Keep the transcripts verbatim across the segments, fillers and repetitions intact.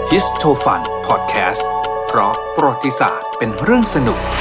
ฮิสโทฟันพอดแคสต์เพราะประวัติศาสตร์เป็นเรื่องสนุก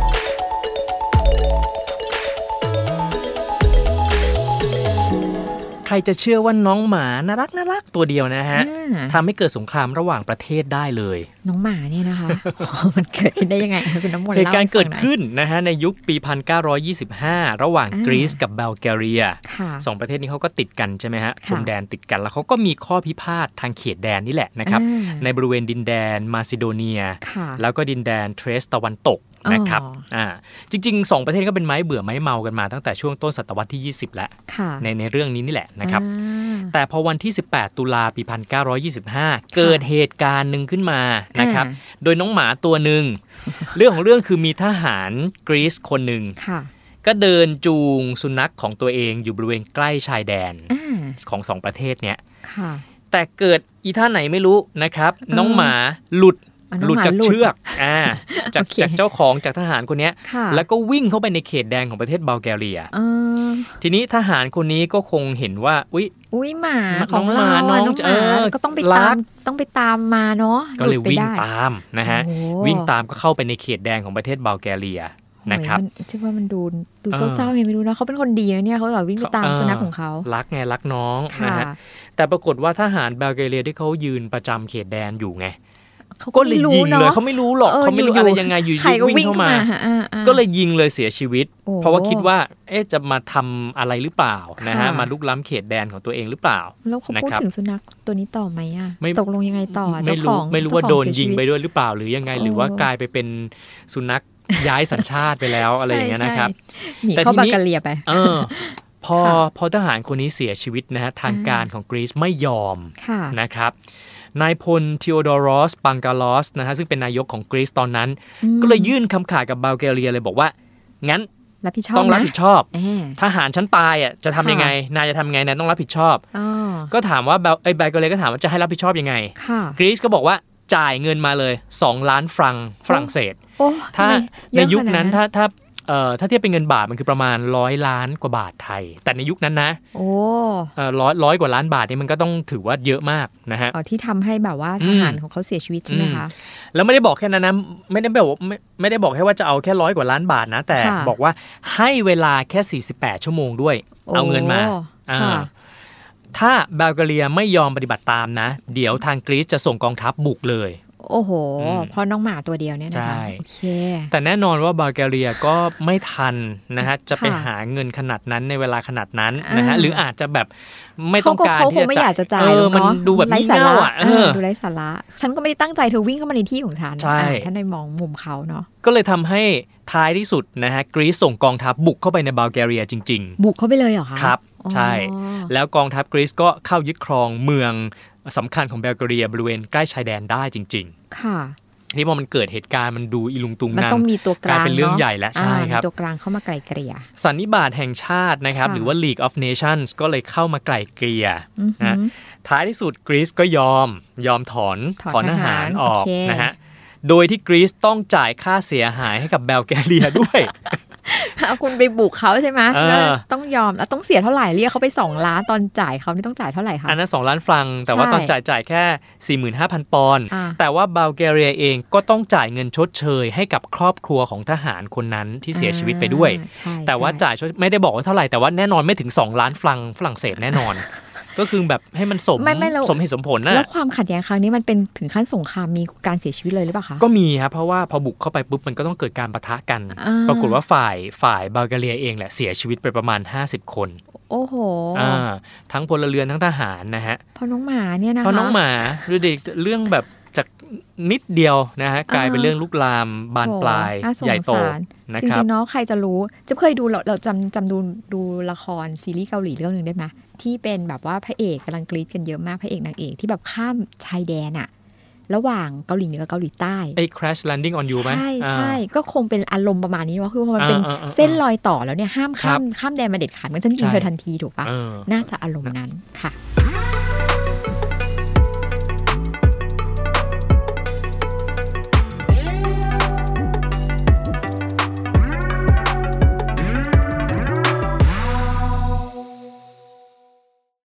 ใครจะเชื่อว่าน้องหมาน่ารักน่ารักตัวเดียวนะฮะทำให้เกิดสงครามระหว่างประเทศได้เลยน้องหมาเนี่ยนะคะ มันเกิดขึ้นได้ยังไงคุณน้ำมนต์เล่าเหตุการณ์เกิดขึ้นนะฮะในยุคปีหนึ่งพันเก้าร้อยยี่สิบห้าระหว่างกรีซกับบัลแกเรียสองประเทศนี้เขาก็ติดกันใช่ไหมฮะพรมแดนติดกันแล้วเขาก็มีข้อพิพาททางเขตแดนนี่แหละนะครับในบริเวณดินแดนมาซิโดเนียแล้วก็ดินแดนเทรสตะวันตกนะครับอ่าจริงๆสองประเทศก็เป็นไม้เบื่อไม้เมากันมาตั้งแต่ช่วงต้นศตวรรษที่ยี่สิบแล้วในในเรื่องนี้นี่แหละนะครับแต่พอวันที่สิบแปดตุลาปีหนึ่งพันเก้าร้อยยี่สิบห้าเกิดเหตุการณ์นึงขึ้นมานะครับโดยน้องหมาตัวนึง เรื่องของเรื่องคือมีทหารกรีซคนนึงก็เดินจูงสุนัขของตัวเองอยู่บริเวณใกล้ชายแดนของสองประเทศเนี้ยแต่เกิดอีท่าไหนไม่รู้นะครับน้องหมาหลุดหลุดจากเชือกอ่าจากจากเจ้าของจากทหารคนนี้แล้วก็วิ่งเข้าไปในเขตแดนของประเทศบัลแกเรียทีนี้ทหารคนนี้ก็คงเห็นว่าอุ๊ยอุ๊ยหมาของเราน้องหมาก็ต้องไปตามต้องไปตามมาเนาะก็เลยวิ่งตามนะฮะวิ่งตามก็เข้าไปในเขตแดนของประเทศบัลแกเรียนะครับชื่อว่ามันดูดูเศร้าๆไงไม่รู้นะเขาเป็นคนดีนะเนี่ยเขาแบบวิ่งไปตามสุนัขของเขารักไงรักน้องนะฮะแต่ปรากฏว่าทหารบัลแกเรียที่เขายืนประจำเขตแดนอยู่ไงก็เลยยิงเลยเขาไม่รู้หรอกเขาไม่รู้อะไรยังไงอยู่ๆวิ่งเข้ามาก็เลยยิงเลยเสียชีวิตเพราะว่าคิดว่าเอ๊ะจะมาทำอะไรหรือเปล่านะฮะมาลุกล้ำเขตแดนของตัวเองหรือเปล่าแล้วเขาพูดถึงสุนัขตัวนี้ต่อไหมอ่ะตกลงยังไงต่อเจ้าของไม่รู้ว่าโดนยิงไปด้วยหรือเปล่าหรือยังไงหรือว่ากลายไปเป็นสุนัขย้ายสัญชาติไปแล้วอะไรอย่างเงี้ยนะครับแต่ทีนี้เออพอพอทหารคนนี้เสียชีวิตนะฮะทางการของกรีซไม่ยอมนะครับนายพลทีโอดอรอสปังกาลอสนะฮะซึ่งเป็นนายกของกรีซตอนนั้นก็เลยยื่นคำขาดกับบัลแกเรียเลยบอกว่างั้นต้องรับผิดชอบทหารชั้นตายอ่ะจะทำยังไงนายจะทำยังไงนายต้องรับผิดชอบก็ถามว่าไอ้บัลแกเรียก็ถามว่าจะให้รับผิดชอบยังไงกรีซก็บอกว่าจ่ายเงินมาเลยสองล้านฟรังฝรั่งเศสถ้าในยุคนั้นถ้าถ้าเอ่อถ้าเทียบเป็นเงินบาทมันคือประมาณร้อยล้านกว่าบาทไทยแต่ในยุคนั้นนะโอ้เอ่อร้อยร้อยกว่าล้านบาทนี่มันก็ต้องถือว่าเยอะมากนะฮะอ๋อที่ทำให้แบบว่าทหารของเขาเสียชีวิตใช่ไหมคะแล้วไม่ได้บอกแค่นั้นนะไม่ได้บอกไม่ไม่ได้บอกแค่ว่าจะเอาแค่ร้อยกว่าล้านบาทนะแต่บอกว่าให้เวลาแค่สี่สิบแปดชั่วโมงด้วยเอาเงินมาอ่าถ้าบัลแกเรียไม่ยอมปฏิบัติตามนะเดี๋ยวทางกรีซจะส่งกองทัพบุกเลยโอ้โหเพราะน้องหมาตัวเดียวเนี่ยนะคะโอเคแต่แน่นอนว่าบัลแกเรียก็ไม่ทันนะฮะจะไปหาเงินขนาดนั้นในเวลาขนาดนั้นนะฮะหรืออาจจะแบบไม่ต้องการที่จะไม่อยากจะจ่ายเออมันดูแบบงี่เง่าอ่ะเออดูไร้สาระฉันก็ไม่ได้ตั้งใจเธอวิ่งเข้ามาในที่ของฉันถ้าในมองมุมเขาเนาะก็เลยทำให้ท้ายที่สุดนะฮะกรีซส่งกองทัพบุกเข้าไปในบัลแกเรียจริงๆบุกเข้าไปเลยเหรอคะครับใช่แล้วกองทัพกรีซก็เข้ายึดครองเมืองสำคัญของบัลแกเรียบริเวณใกล้ชายแดนได้จริงๆค่ะนี่พอมันเกิดเหตุการณ์มันดูอีลุงตุงนังกลายเป็นเรื่องใหญ่แล้วใช่ครับตัวกลางเข้ามาไกล่เกลี่ยสันนิบาตแห่งชาตินะครับหรือว่า League of Nations ก็เลยเข้ามาไกล่เกลี่ยนะท้ายที่สุดกรีซก็ยอมยอมถอนถอนทหารออกนะฮะโดยที่กรีซต้องจ่ายค่าเสียหายให้กับบัลแกเรียด้วยเอาคุณไปบุกเขาใช่ไหมต้องยอมแล้วต้องเสียเท่าไหร่เรียกเขาไปสองล้านตอนจ่ายเขานี่ต้องจ่ายเท่าไหร่คะอันนั้นสองล้านฟรังแต่ว่าตอนจ่ายจ่ายแค่ สี่หมื่นห้าพัน ปอนด์แต่ว่าบัลแกเรียเองก็ต้องจ่ายเงินชดเชยให้กับครอบครัวของทหารคนนั้นที่เสียชีวิตไปด้วยแต่ว่าจ่ายไม่ได้บอกว่าเท่าไหร่แต่ว่าแน่นอนไม่ถึงสองล้านฟรังฝรั่งเศสแน่นอนก็คือแบบให้มันสมสมเหตุสมผลนะแล้วความขัดแย้งครั้งนี้มันเป็นถึงขั้นสงครามมีการเสียชีวิตเลยหรือเปล่าคะก็มีครับเพราะว่าพอบุกเข้าไปปุ๊บมันก็ต้องเกิดการปะทะกันปรากฏว่าฝ่ายฝ่ายบัลแกเรียเองแหละเสียชีวิตไปประมาณห้าสิบคนโอ้โหอ่าทั้งพลเรือนทั้งทหารนะฮะเพราะน้องหมาเนี่ยนะคะเพราะน้องหมาดูดิเรื่องแบบจากนิดเดียวนะฮะกลายเป็นเรื่องลุกลามบานปลายใหญ่โตนะครับจริงๆเนาะใครจะรู้จะเคยดูเราเราจำจำดูดูละครซีรีส์เกาหลีเรื่องนึงได้ไหมที่เป็นแบบว่าพระเอกกำลังกรี๊ดกันเยอะมากพระเอกนางเอกที่แบบข้ามชายแดนอะระหว่างเกาหลีเหนือกับเกาหลีใต้ไอ้ Crash Landing on You ไหมใช่ใช่ก็คงเป็นอารมณ์ประมาณนี้ว่าคือพอมันเป็นเส้นรอยต่อแล้วเนี่ยห้ามข้ามข้ามแดนมาเด็ดขาดมันฉันยิงเธอทันทีถูกปะน่าจะอารมณ์นั้นค่ะ